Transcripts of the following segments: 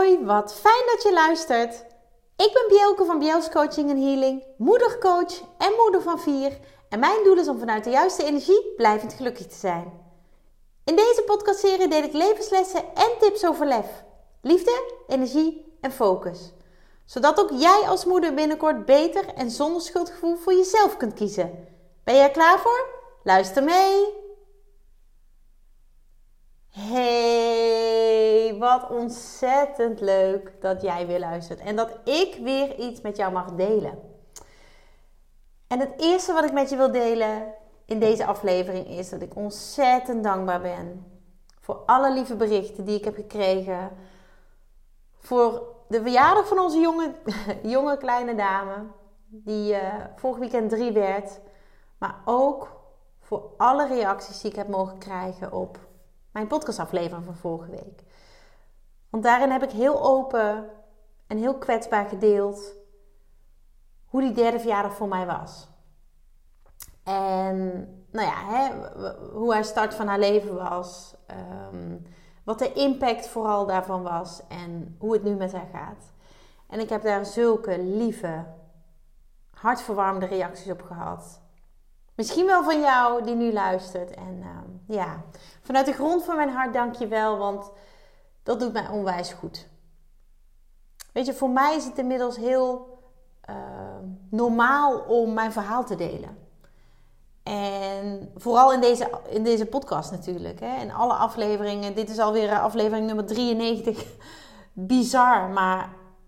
Hoi, wat fijn dat je luistert. Ik ben Bjelke van Bjels Coaching en Healing, moedercoach en moeder van 4. En mijn doel is om vanuit de juiste energie blijvend gelukkig te zijn. In deze podcastserie deel ik levenslessen en tips over lef, liefde, energie en focus. Zodat ook jij als moeder binnenkort beter en zonder schuldgevoel voor jezelf kunt kiezen. Ben jij er klaar voor? Luister mee! Hey, wat ontzettend leuk dat jij weer luistert en dat ik weer iets met jou mag delen. En het eerste wat ik met je wil delen in deze aflevering is dat ik ontzettend dankbaar ben voor alle lieve berichten die ik heb gekregen. Voor de verjaardag van onze jonge kleine dame, die vorig weekend 3 werd. Maar ook voor alle reacties die ik heb mogen krijgen op mijn podcastaflevering van vorige week. Want daarin heb ik heel open en heel kwetsbaar gedeeld hoe die 3e verjaardag voor mij was. En hoe haar start van haar leven was. Wat de impact vooral daarvan was. En hoe het nu met haar gaat. En ik heb daar zulke lieve, hartverwarmende reacties op gehad. Misschien wel van jou die nu luistert. En vanuit de grond van mijn hart dank je wel. Want dat doet mij onwijs goed. Weet je, voor mij is het inmiddels heel normaal om mijn verhaal te delen. En vooral in deze podcast natuurlijk. Hè? In alle afleveringen. Dit is alweer aflevering nummer 93. Bizar, maar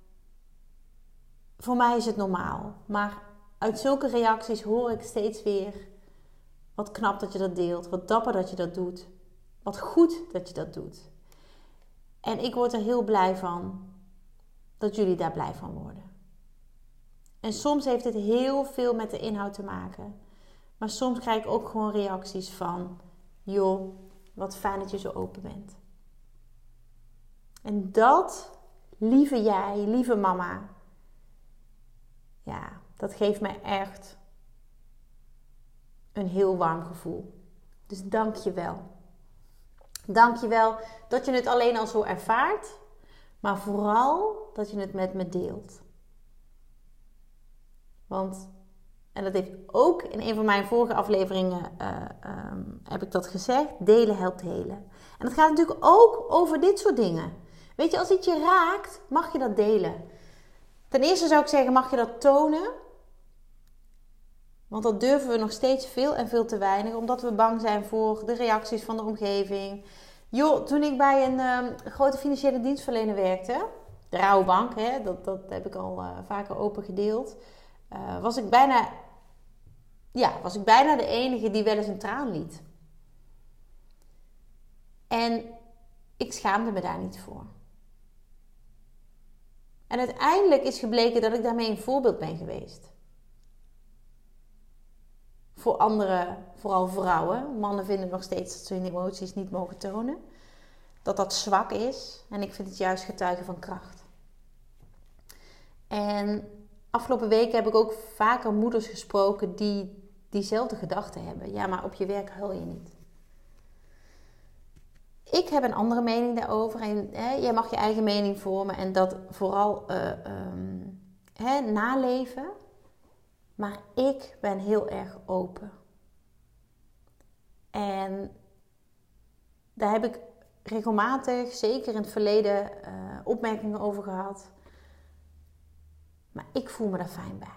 voor mij is het normaal. Maar uit zulke reacties hoor ik steeds weer: wat knap dat je dat deelt. Wat dapper dat je dat doet. Wat goed dat je dat doet. En ik word er heel blij van dat jullie daar blij van worden. En soms heeft dit heel veel met de inhoud te maken. Maar soms krijg ik ook gewoon reacties van: joh, wat fijn dat je zo open bent. En dat, lieve jij, lieve mama, ja, dat geeft mij echt een heel warm gevoel. Dus dank je wel. Dank je wel dat je het alleen al zo ervaart, maar vooral dat je het met me deelt. Want, en dat heeft ook in een van mijn vorige afleveringen heb ik dat gezegd, delen helpt helen. En het gaat natuurlijk ook over dit soort dingen. Weet je, als iets je raakt, mag je dat delen. Ten eerste zou ik zeggen, mag je dat tonen. Want dat durven we nog steeds veel en veel te weinig. Omdat we bang zijn voor de reacties van de omgeving. Joh, toen ik bij een grote financiële dienstverlener werkte. De Rabobank, hè, dat heb ik al vaker open gedeeld. Was ik bijna de enige die wel eens een traan liet. En ik schaamde me daar niet voor. En uiteindelijk is gebleken dat ik daarmee een voorbeeld ben geweest. Voor anderen, vooral vrouwen. Mannen vinden nog steeds dat ze hun emoties niet mogen tonen. Dat zwak is. En ik vind het juist getuigen van kracht. En afgelopen weken heb ik ook vaker moeders gesproken die diezelfde gedachten hebben. Ja, maar op je werk huil je niet. Ik heb een andere mening daarover. En jij mag je eigen mening vormen. En dat vooral naleven. Maar ik ben heel erg open. En daar heb ik regelmatig, zeker in het verleden, opmerkingen over gehad. Maar ik voel me daar fijn bij.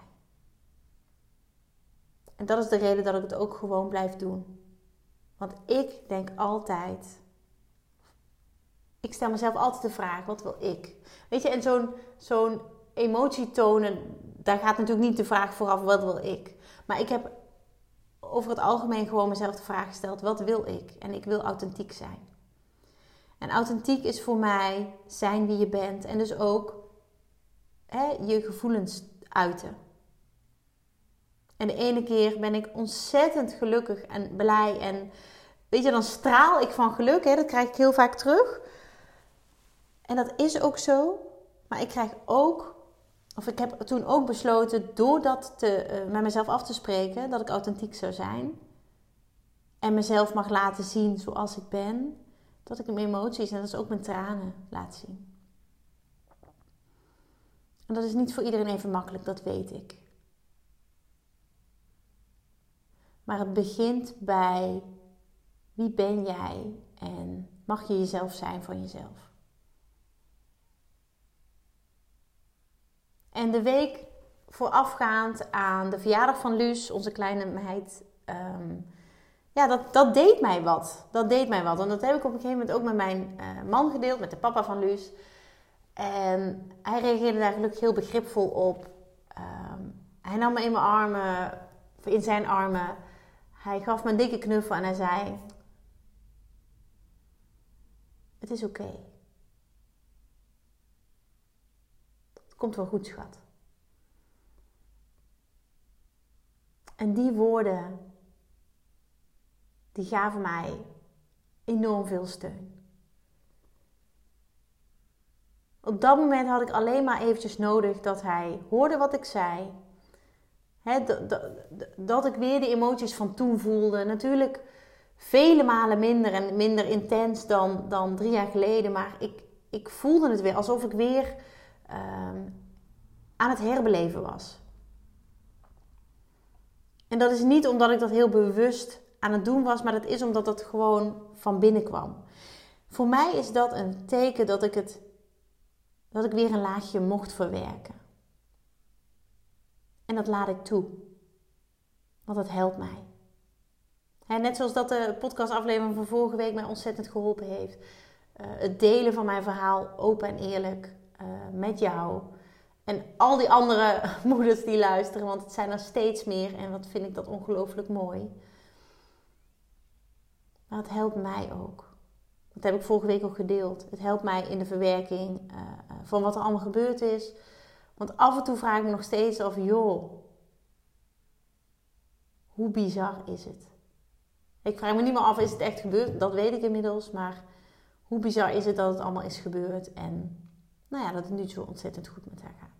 En dat is de reden dat ik het ook gewoon blijf doen. Want ik denk altijd, ik stel mezelf altijd de vraag, wat wil ik? Weet je, en zo'n emotie tonen, daar gaat natuurlijk niet de vraag vooraf, wat wil ik? Maar ik heb over het algemeen gewoon mezelf de vraag gesteld, wat wil ik? En ik wil authentiek zijn. En authentiek is voor mij zijn wie je bent. En dus ook je gevoelens uiten. En de ene keer ben ik ontzettend gelukkig en blij. En weet je, dan straal ik van geluk. Dat krijg ik heel vaak terug. En dat is ook zo. Maar ik heb toen ook besloten, door dat met mezelf af te spreken, dat ik authentiek zou zijn. En mezelf mag laten zien zoals ik ben. Dat ik mijn emoties, en dat is ook mijn tranen, laat zien. En dat is niet voor iedereen even makkelijk, dat weet ik. Maar het begint bij wie ben jij en mag je jezelf zijn van jezelf. En de week voorafgaand aan de verjaardag van Luus, onze kleine meid, dat deed mij wat. Dat deed mij wat. En dat heb ik op een gegeven moment ook met mijn man gedeeld, met de papa van Luus. En hij reageerde daar gelukkig heel begripvol op. Hij nam me in zijn armen. Hij gaf me een dikke knuffel en hij zei: het is oké. Het komt wel goed, schat. En die woorden, die gaven mij enorm veel steun. Op dat moment had ik alleen maar eventjes nodig dat hij hoorde wat ik zei. Dat ik weer de emoties van toen voelde. Natuurlijk vele malen minder en minder intens dan 3 jaar geleden. Maar ik voelde het weer alsof ik weer aan het herbeleven was. En dat is niet omdat ik dat heel bewust aan het doen was. Maar dat is omdat dat gewoon van binnen kwam. Voor mij is dat een teken dat ik weer een laagje mocht verwerken. En dat laat ik toe. Want dat helpt mij. Net zoals dat de podcastaflevering van vorige week mij ontzettend geholpen heeft. Het delen van mijn verhaal open en eerlijk met jou. En al die andere moeders die luisteren. Want het zijn er steeds meer. En wat vind ik dat ongelooflijk mooi. Maar het helpt mij ook. Dat heb ik vorige week ook gedeeld. Het helpt mij in de verwerking van wat er allemaal gebeurd is. Want af en toe vraag ik me nog steeds af, joh, hoe bizar is het? Ik vraag me niet meer af, is het echt gebeurd? Dat weet ik inmiddels, maar hoe bizar is het dat het allemaal is gebeurd? En dat het nu zo ontzettend goed met haar gaat.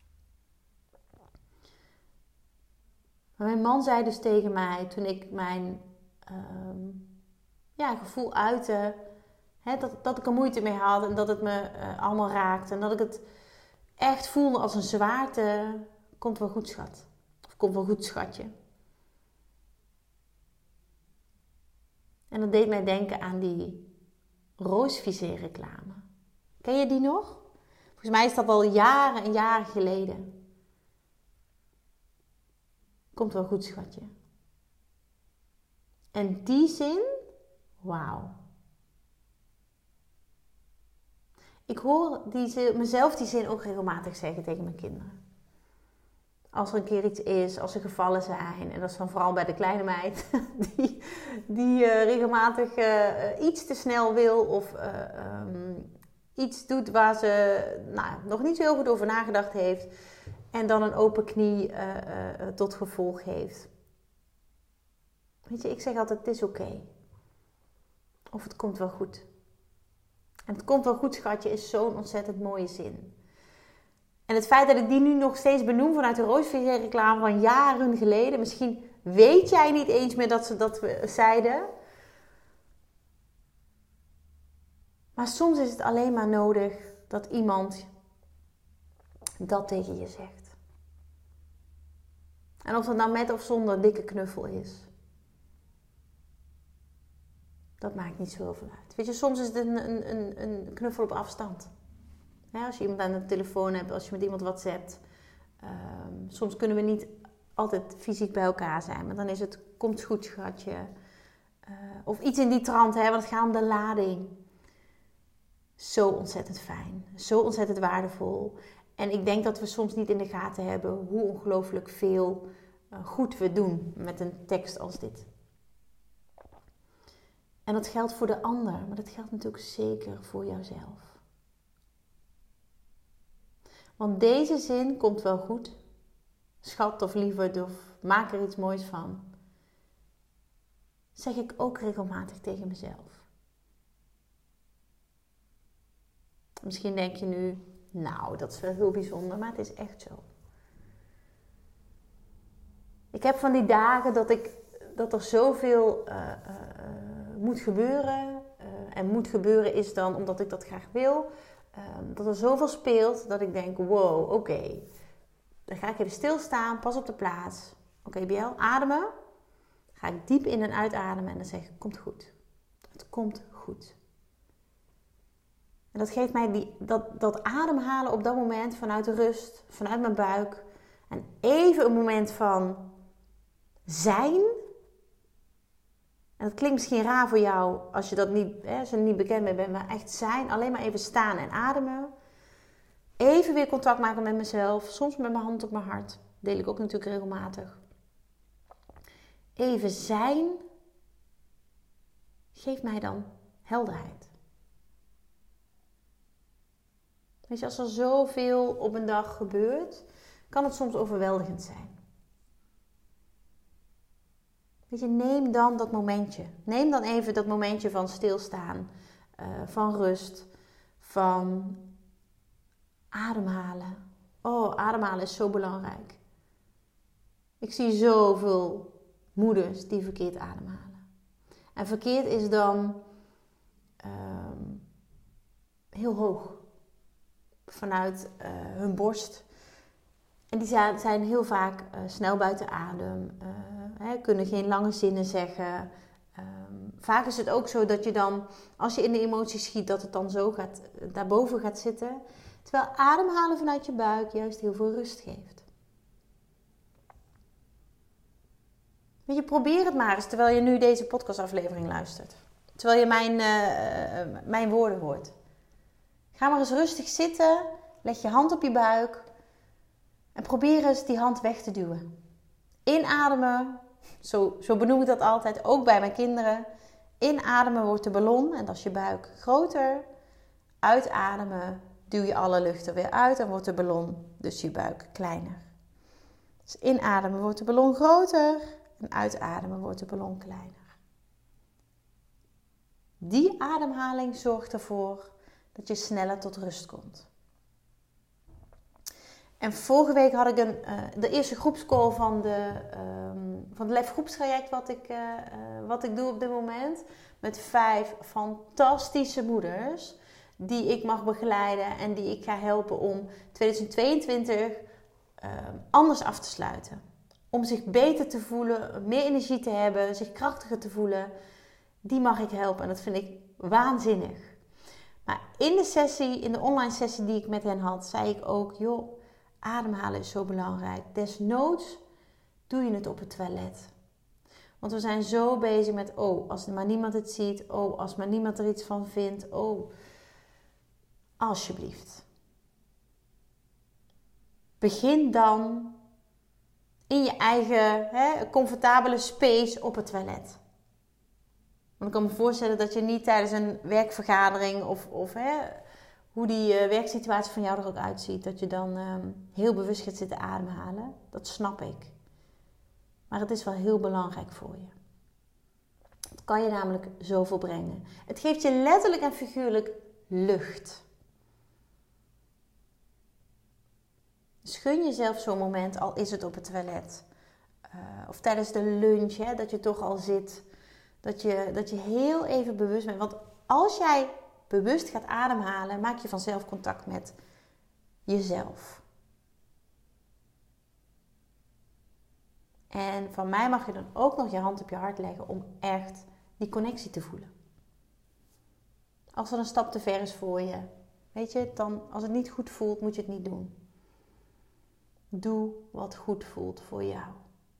Maar mijn man zei dus tegen mij, toen ik mijn gevoel uitte, dat ik er moeite mee had en dat het me allemaal raakte. En dat ik het echt voelde als een zwaarte. Komt wel goed, schat. Of komt wel goed, schatje. En dat deed mij denken aan die Roosvisser reclame. Ken je die nog? Volgens mij is dat al jaren en jaren geleden. Komt wel goed, schatje. En die zin, wauw. Ik hoor mezelf die zin ook regelmatig zeggen tegen mijn kinderen. Als er een keer iets is, als ze gevallen zijn. En dat is dan vooral bij de kleine meid. Die regelmatig iets te snel wil. Of iets doet waar ze nog niet zo heel goed over nagedacht heeft. En dan een open knie tot gevolg heeft. Weet je, ik zeg altijd, het is oké. Of het komt wel goed. En het komt wel goed, schatje, is zo'n ontzettend mooie zin. En het feit dat ik die nu nog steeds benoem vanuit de Roosvisser reclame van jaren geleden. Misschien weet jij niet eens meer dat ze dat zeiden. Maar soms is het alleen maar nodig dat iemand dat tegen je zegt. En of dat nou met of zonder dikke knuffel is. Dat maakt niet zoveel uit. Weet je, soms is het een knuffel op afstand. Als je iemand aan de telefoon hebt, als je met iemand WhatsAppt. Soms kunnen we niet altijd fysiek bij elkaar zijn. Maar dan is het, komt goed, schatje. Of iets in die trant, want het gaat om de lading. Zo ontzettend fijn. Zo ontzettend waardevol. En ik denk dat we soms niet in de gaten hebben hoe ongelooflijk veel goed we doen met een tekst als dit. En dat geldt voor de ander, maar dat geldt natuurlijk zeker voor jouzelf. Want deze zin komt wel goed. Schat of lieverd of maak er iets moois van. Zeg ik ook regelmatig tegen mezelf. Misschien denk je nu, nou dat is wel heel bijzonder, maar het is echt zo. Ik heb van die dagen dat er zoveel moet gebeuren. En moet gebeuren is dan omdat ik dat graag wil. dat er zoveel speelt dat ik denk, wow, oké. Dan ga ik even stilstaan, pas op de plaats. Oké, Biel, ademen. Dan ga ik diep in en uitademen en dan zeg ik, komt goed. Het komt goed. En dat geeft mij dat ademhalen op dat moment vanuit de rust, vanuit mijn buik. En even een moment van zijn. En dat klinkt misschien raar voor jou als je dat niet, als je er niet bekend mee bent, maar echt zijn. Alleen maar even staan en ademen. Even weer contact maken met mezelf. Soms met mijn hand op mijn hart. Dat deel ik ook natuurlijk regelmatig. Even zijn. Geeft mij dan helderheid. Weet je, als er zoveel op een dag gebeurt, kan het soms overweldigend zijn. Weet je, neem dan dat momentje. Neem dan even dat momentje van stilstaan, van rust, van ademhalen. Oh, ademhalen is zo belangrijk. Ik zie zoveel moeders die verkeerd ademhalen. En verkeerd is dan heel hoog. Vanuit hun borst. En die zijn heel vaak snel buiten adem. Kunnen geen lange zinnen zeggen. Vaak is het ook zo dat je dan, als je in de emoties schiet, dat het dan zo daarboven gaat zitten. Terwijl ademhalen vanuit je buik juist heel veel rust geeft. Weet je, probeer het maar eens terwijl je nu deze podcastaflevering luistert. Terwijl je mijn woorden hoort. Ga maar eens rustig zitten. Leg je hand op je buik. En probeer eens die hand weg te duwen. Inademen. Zo benoem ik dat altijd. Ook bij mijn kinderen. Inademen wordt de ballon. En dat is je buik groter. Uitademen. Duw je alle lucht er weer uit. En wordt de ballon, dus je buik, kleiner. Dus inademen wordt de ballon groter. En uitademen wordt de ballon kleiner. Die ademhaling zorgt ervoor dat je sneller tot rust komt. En vorige week had ik de eerste groepscall van het LEF groepstraject wat ik doe op dit moment. Met 5 fantastische moeders die ik mag begeleiden en die ik ga helpen om 2022 anders af te sluiten. Om zich beter te voelen, meer energie te hebben, zich krachtiger te voelen. Die mag ik helpen en dat vind ik waanzinnig. Maar in de online sessie die ik met hen had, zei ik ook, joh, ademhalen is zo belangrijk. Desnoods doe je het op het toilet. Want we zijn zo bezig met, als maar niemand het ziet. Als maar niemand er iets van vindt. Alsjeblieft. Begin dan in je eigen comfortabele space op het toilet. Want ik kan me voorstellen dat je niet tijdens een werkvergadering of hoe die werksituatie van jou er ook uitziet, dat je dan heel bewust gaat zitten ademhalen. Dat snap ik. Maar het is wel heel belangrijk voor je. Het kan je namelijk zoveel brengen. Het geeft je letterlijk en figuurlijk lucht. Dus gun jezelf zo'n moment, al is het op het toilet. Of tijdens de lunch, dat je toch al zit. Dat je heel even bewust bent. Want als jij bewust gaat ademhalen, maak je vanzelf contact met jezelf. En van mij mag je dan ook nog je hand op je hart leggen om echt die connectie te voelen. Als er een stap te ver is voor je, weet je, dan als het niet goed voelt, moet je het niet doen. Doe wat goed voelt voor jou.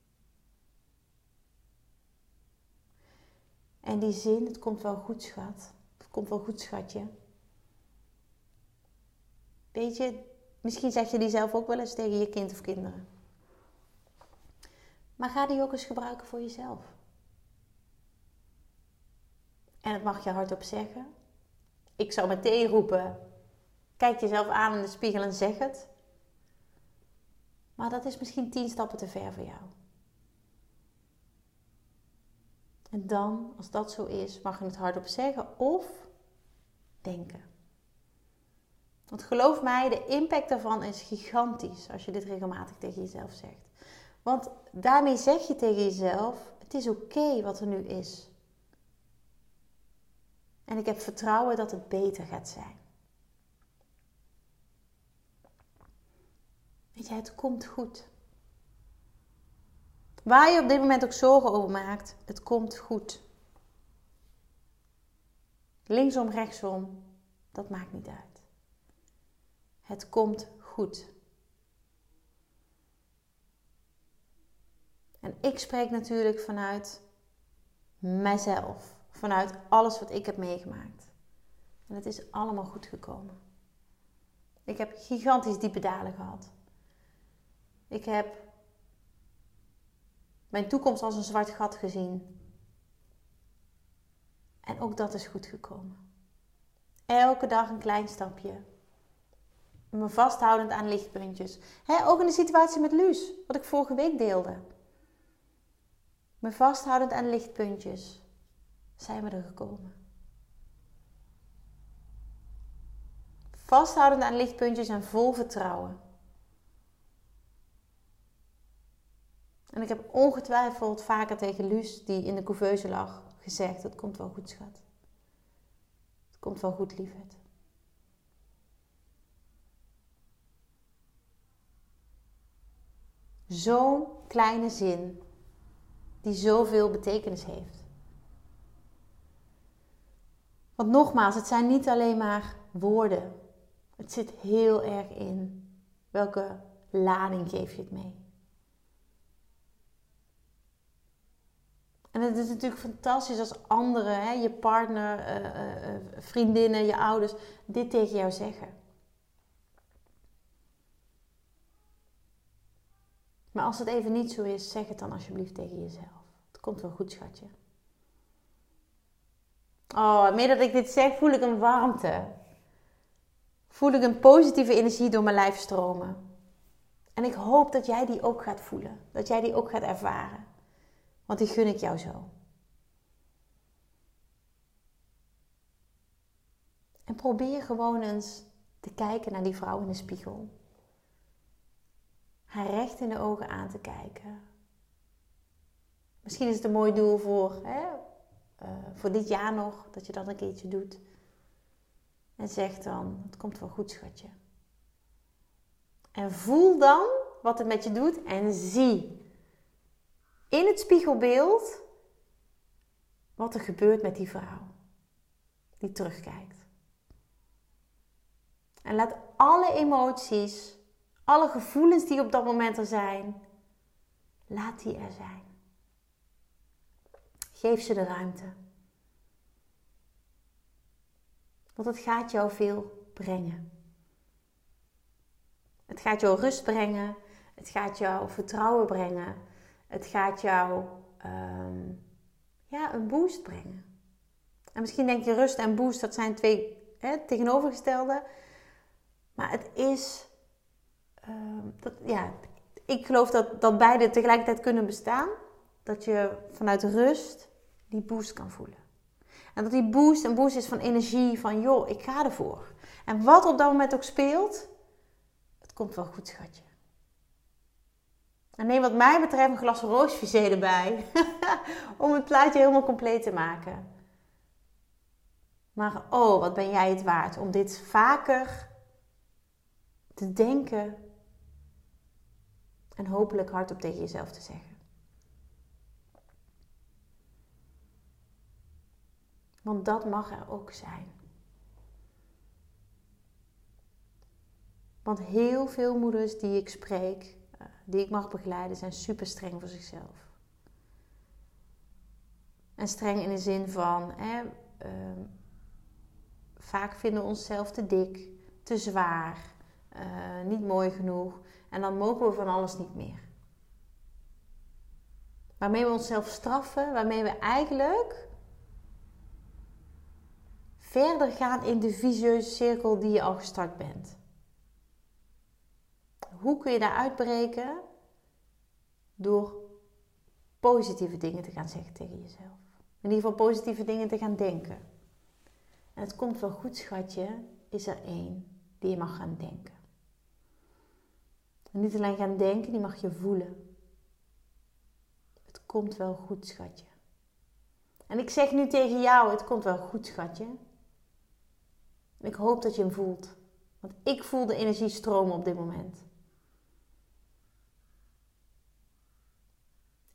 En die zin, het komt wel goed, schat. Het komt wel goed, schatje. Weet je, misschien zeg je die zelf ook wel eens tegen je kind of kinderen. Maar ga die ook eens gebruiken voor jezelf. En dat mag je hardop zeggen. Ik zou meteen roepen, kijk jezelf aan in de spiegel en zeg het. Maar dat is misschien 10 stappen te ver voor jou. En dan, als dat zo is, mag je het hardop zeggen of denken. Want geloof mij, de impact daarvan is gigantisch als je dit regelmatig tegen jezelf zegt. Want daarmee zeg je tegen jezelf, het is oké wat er nu is. En ik heb vertrouwen dat het beter gaat zijn. Weet je, het komt goed. Waar je op dit moment ook zorgen over maakt, het komt goed. Linksom, rechtsom, dat maakt niet uit. Het komt goed. En ik spreek natuurlijk vanuit mijzelf. Vanuit alles wat ik heb meegemaakt. En het is allemaal goed gekomen. Ik heb gigantisch diepe dalen gehad. Ik heb mijn toekomst als een zwart gat gezien. En ook dat is goed gekomen. Elke dag een klein stapje. Me vasthoudend aan lichtpuntjes. Ook in de situatie met Luus, wat ik vorige week deelde. Me vasthoudend aan lichtpuntjes zijn we er gekomen. Vasthoudend aan lichtpuntjes en vol vertrouwen. En ik heb ongetwijfeld vaker tegen Luus, die in de couveuse lag, gezegd: het komt wel goed, schat. Het komt wel goed, lieverd. Zo'n kleine zin die zoveel betekenis heeft. Want nogmaals, het zijn niet alleen maar woorden. Het zit heel erg in welke lading geef je het mee. En het is natuurlijk fantastisch als anderen, je partner, vriendinnen, je ouders, dit tegen jou zeggen. Maar als het even niet zo is, zeg het dan alsjeblieft tegen jezelf. Het komt wel goed, schatje. Oh, meer dat ik dit zeg, voel ik een warmte. Voel ik een positieve energie door mijn lijf stromen. En ik hoop dat jij die ook gaat voelen. Dat jij die ook gaat ervaren. Want die gun ik jou zo. En probeer gewoon eens te kijken naar die vrouw in de spiegel. Haar recht in de ogen aan te kijken. Misschien is het een mooi doel voor dit jaar nog, dat je dat een keertje doet. En zeg dan: het komt wel goed, schatje. En voel dan wat het met je doet en zie in het spiegelbeeld wat er gebeurt met die vrouw die terugkijkt. En laat alle emoties, alle gevoelens die op dat moment er zijn, laat die er zijn. Geef ze de ruimte. Want het gaat jou veel brengen. Het gaat jou rust brengen. Het gaat jou vertrouwen brengen. Het gaat jou een boost brengen. En misschien denk je, rust en boost, dat zijn twee tegenovergestelde. Maar het is... ik geloof dat beide tegelijkertijd kunnen bestaan. Dat je vanuit rust die boost kan voelen. En dat die boost een boost is van energie, van joh, ik ga ervoor. En wat op dat moment ook speelt, het komt wel goed, schatje. En neem wat mij betreft een glas roosvisé erbij. Om het plaatje helemaal compleet te maken. Maar oh, wat ben jij het waard om dit vaker te denken. En hopelijk hardop tegen jezelf te zeggen. Want dat mag er ook zijn. Want heel veel moeders die ik spreek, die ik mag begeleiden, zijn super streng voor zichzelf. En streng in de zin van, vaak vinden we onszelf te dik, te zwaar, niet mooi genoeg. En dan mogen we van alles niet meer. Waarmee we onszelf straffen, waarmee we eigenlijk verder gaan in de vicieuze cirkel die je al gestart bent. Hoe kun je daar uitbreken? Door positieve dingen te gaan zeggen tegen jezelf. In ieder geval positieve dingen te gaan denken. En het komt wel goed, schatje, is er één die je mag gaan denken. En niet alleen gaan denken, die mag je voelen. Het komt wel goed, schatje. En ik zeg nu tegen jou, het komt wel goed, schatje. En ik hoop dat je hem voelt. Want ik voel de energie stromen op dit moment.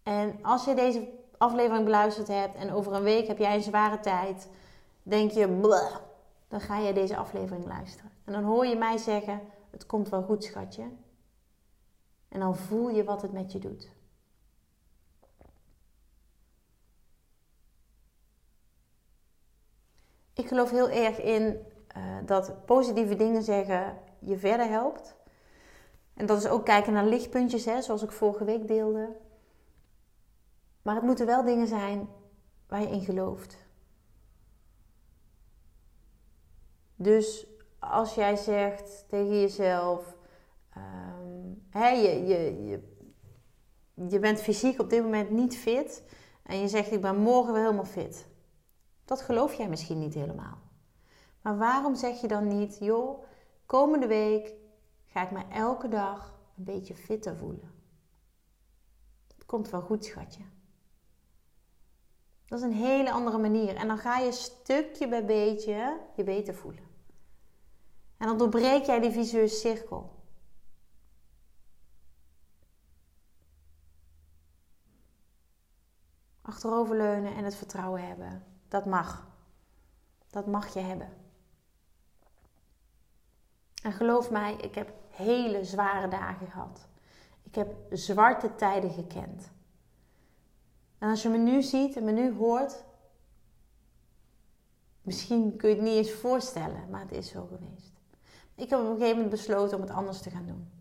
En als je deze aflevering beluisterd hebt en over een week heb jij een zware tijd, denk je, bleh, dan ga je deze aflevering luisteren. En dan hoor je mij zeggen, het komt wel goed, schatje. En dan voel je wat het met je doet. Ik geloof heel erg in dat positieve dingen zeggen je verder helpt. En dat is ook kijken naar lichtpuntjes, hè, zoals ik vorige week deelde. Maar het moeten wel dingen zijn waar je in gelooft. Dus als jij zegt tegen jezelf, je bent fysiek op dit moment niet fit en je zegt ik ben morgen weer helemaal fit. Dat geloof jij misschien niet helemaal. Maar waarom zeg je dan niet, joh, komende week ga ik me elke dag een beetje fitter voelen. Het komt wel goed, schatje. Dat is een hele andere manier. En dan ga je stukje bij beetje je beter voelen. En dan doorbreek jij die vicieuze cirkel. Achteroverleunen en het vertrouwen hebben. Dat mag. Dat mag je hebben. En geloof mij, ik heb hele zware dagen gehad. Ik heb zwarte tijden gekend. En als je me nu ziet en me nu hoort, misschien kun je het niet eens voorstellen, maar het is zo geweest. Ik heb op een gegeven moment besloten om het anders te gaan doen.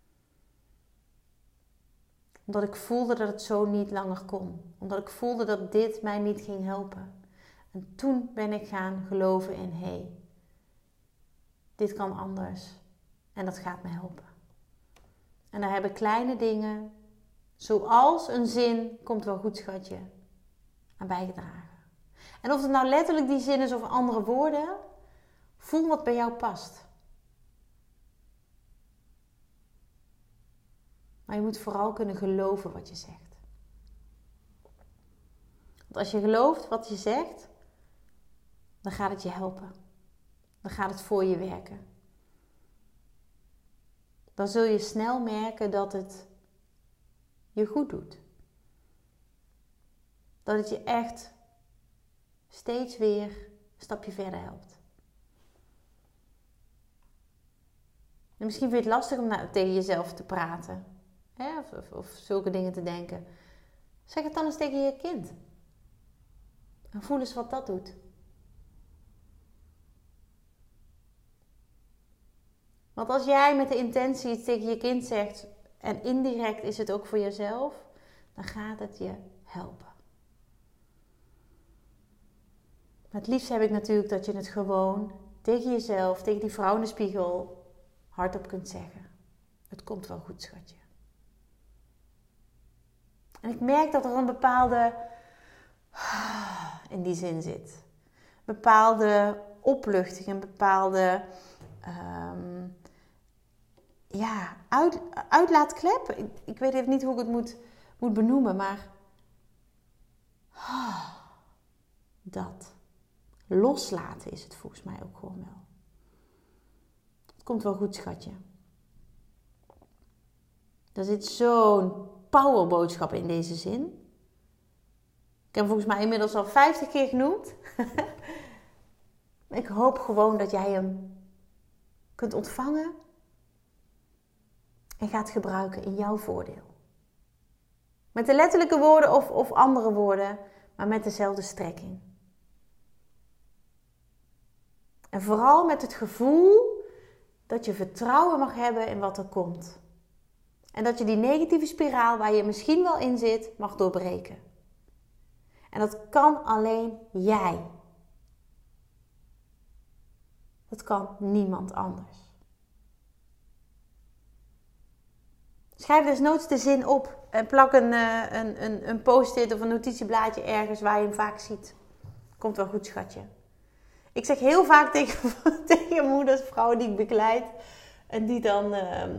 Omdat ik voelde dat het zo niet langer kon. Omdat ik voelde dat dit mij niet ging helpen. En toen ben ik gaan geloven in, hé, dit kan anders. En dat gaat me helpen. En daar hebben kleine dingen, zoals een zin, komt wel goed, schatje, aan bijgedragen. En of het nou letterlijk die zin is of andere woorden, voel wat bij jou past. Maar je moet vooral kunnen geloven wat je zegt. Want als je gelooft wat je zegt, dan gaat het je helpen. Dan gaat het voor je werken. Dan zul je snel merken dat het je goed doet. Dat het je echt steeds weer een stapje verder helpt. En misschien vind je het lastig om tegen jezelf te praten. Hè? Of zulke dingen te denken. Zeg het dan eens tegen je kind. En voel eens wat dat doet. Want als jij met de intentie iets tegen je kind zegt, en indirect is het ook voor jezelf, dan gaat het je helpen. Het liefst heb ik natuurlijk dat je het gewoon tegen jezelf, tegen die vrouw in de spiegel, hardop kunt zeggen. Het komt wel goed, schatje. En ik merk dat er een bepaalde in die zin zit. Een bepaalde opluchting, een bepaalde uitlaatklep. Ik weet even niet hoe ik het moet benoemen, maar dat. Loslaten is het volgens mij ook gewoon wel. Het komt wel goed, schatje. Er zit zo'n powerboodschap in deze zin. Ik heb hem volgens mij inmiddels al 50 keer genoemd. Ik hoop gewoon dat jij hem kunt ontvangen en gaat gebruiken in jouw voordeel. Met de letterlijke woorden of andere woorden, maar met dezelfde strekking. En vooral met het gevoel dat je vertrouwen mag hebben in wat er komt. En dat je die negatieve spiraal waar je misschien wel in zit, mag doorbreken. En dat kan alleen jij. Dat kan niemand anders. Schrijf desnoods de zin op en plak een post-it of een notitieblaadje ergens waar je hem vaak ziet. Komt wel goed, schatje. Ik zeg heel vaak tegen moeders, vrouwen die ik begeleid en die dan,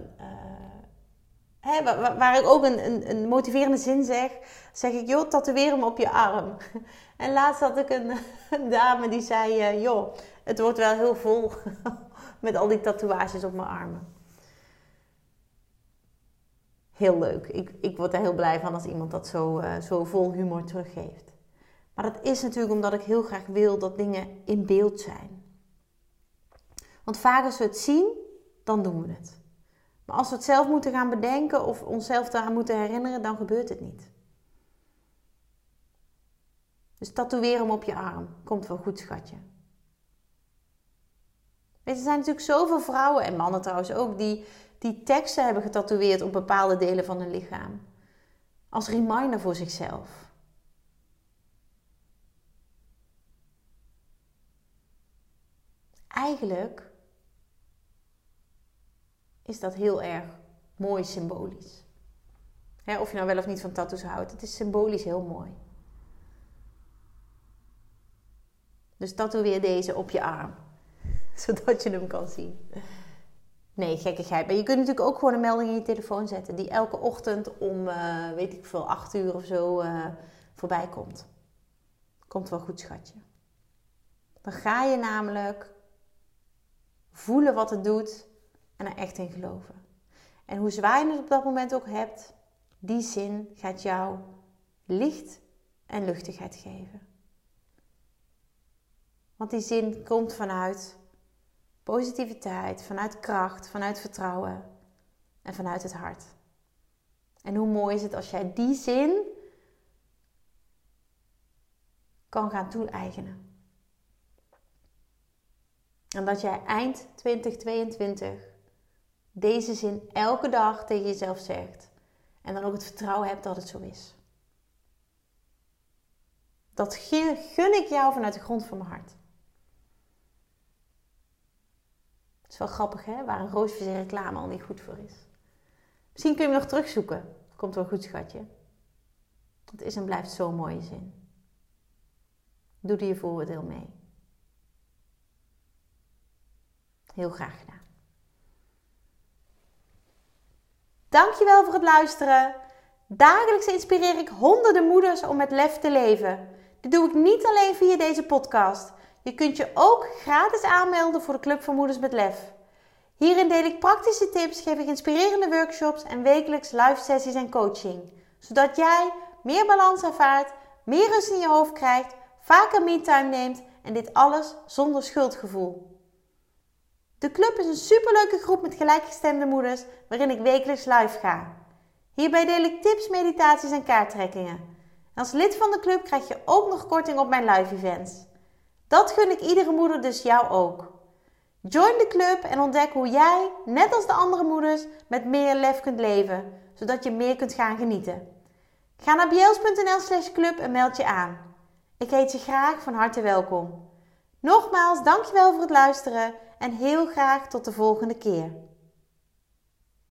waar ik ook een motiverende zin zeg ik, joh, tatoeëer hem op je arm. En laatst had ik een dame die zei, joh, het wordt wel heel vol met al die tatoeages op mijn armen. heel leuk. Ik word er heel blij van als iemand dat zo vol humor teruggeeft. Maar dat is natuurlijk omdat ik heel graag wil dat dingen in beeld zijn. Want vaak als we het zien, dan doen we het. Maar als we het zelf moeten gaan bedenken of onszelf eraan moeten herinneren, dan gebeurt het niet. Dus tatoeëer hem op je arm. Komt wel goed, schatje. Weet je, er zijn natuurlijk zoveel vrouwen en mannen trouwens ook die teksten hebben getatoeëerd op bepaalde delen van hun lichaam. Als reminder voor zichzelf. Eigenlijk is dat heel erg mooi symbolisch. Of je nou wel of niet van tattoos houdt. Het is symbolisch heel mooi. Dus tatoeëer deze op je arm. Zodat je hem kan zien. Nee, gekkigheid. Maar je kunt natuurlijk ook gewoon een melding in je telefoon zetten. Die elke ochtend om, 8 uur of zo voorbij komt. Komt wel goed, schatje. Dan ga je namelijk voelen wat het doet en er echt in geloven. En hoe zwaar je het op dat moment ook hebt, die zin gaat jou licht en luchtigheid geven. Want die zin komt vanuit positiviteit, vanuit kracht, vanuit vertrouwen en vanuit het hart. En hoe mooi is het als jij die zin kan gaan toe-eigenen. En dat jij eind 2022 deze zin elke dag tegen jezelf zegt. En dan ook het vertrouwen hebt dat het zo is. Dat gun ik jou vanuit de grond van mijn hart. Het is wel grappig, hè? Waar een roosvissen reclame al niet goed voor is. Misschien kun je hem nog terugzoeken. Komt wel goed, schatje. Het is en blijft zo'n mooie zin. Doe er je vooroordeel mee. Heel graag gedaan. Dankjewel voor het luisteren. Dagelijks inspireer ik honderden moeders om met lef te leven. Dit doe ik niet alleen via deze podcast. Je kunt je ook gratis aanmelden voor de Club van Moeders met Lef. Hierin deel ik praktische tips, geef ik inspirerende workshops en wekelijks live sessies en coaching. Zodat jij meer balans ervaart, meer rust in je hoofd krijgt, vaker me-time neemt en dit alles zonder schuldgevoel. De club is een superleuke groep met gelijkgestemde moeders waarin ik wekelijks live ga. Hierbij deel ik tips, meditaties en kaarttrekkingen. En als lid van de club krijg je ook nog korting op mijn live events. Dat gun ik iedere moeder, dus jou ook. Join de club en ontdek hoe jij, net als de andere moeders, met meer lef kunt leven, zodat je meer kunt gaan genieten. Ga naar bjels.nl/club en meld je aan. Ik heet je graag van harte welkom. Nogmaals, dankjewel voor het luisteren en heel graag tot de volgende keer.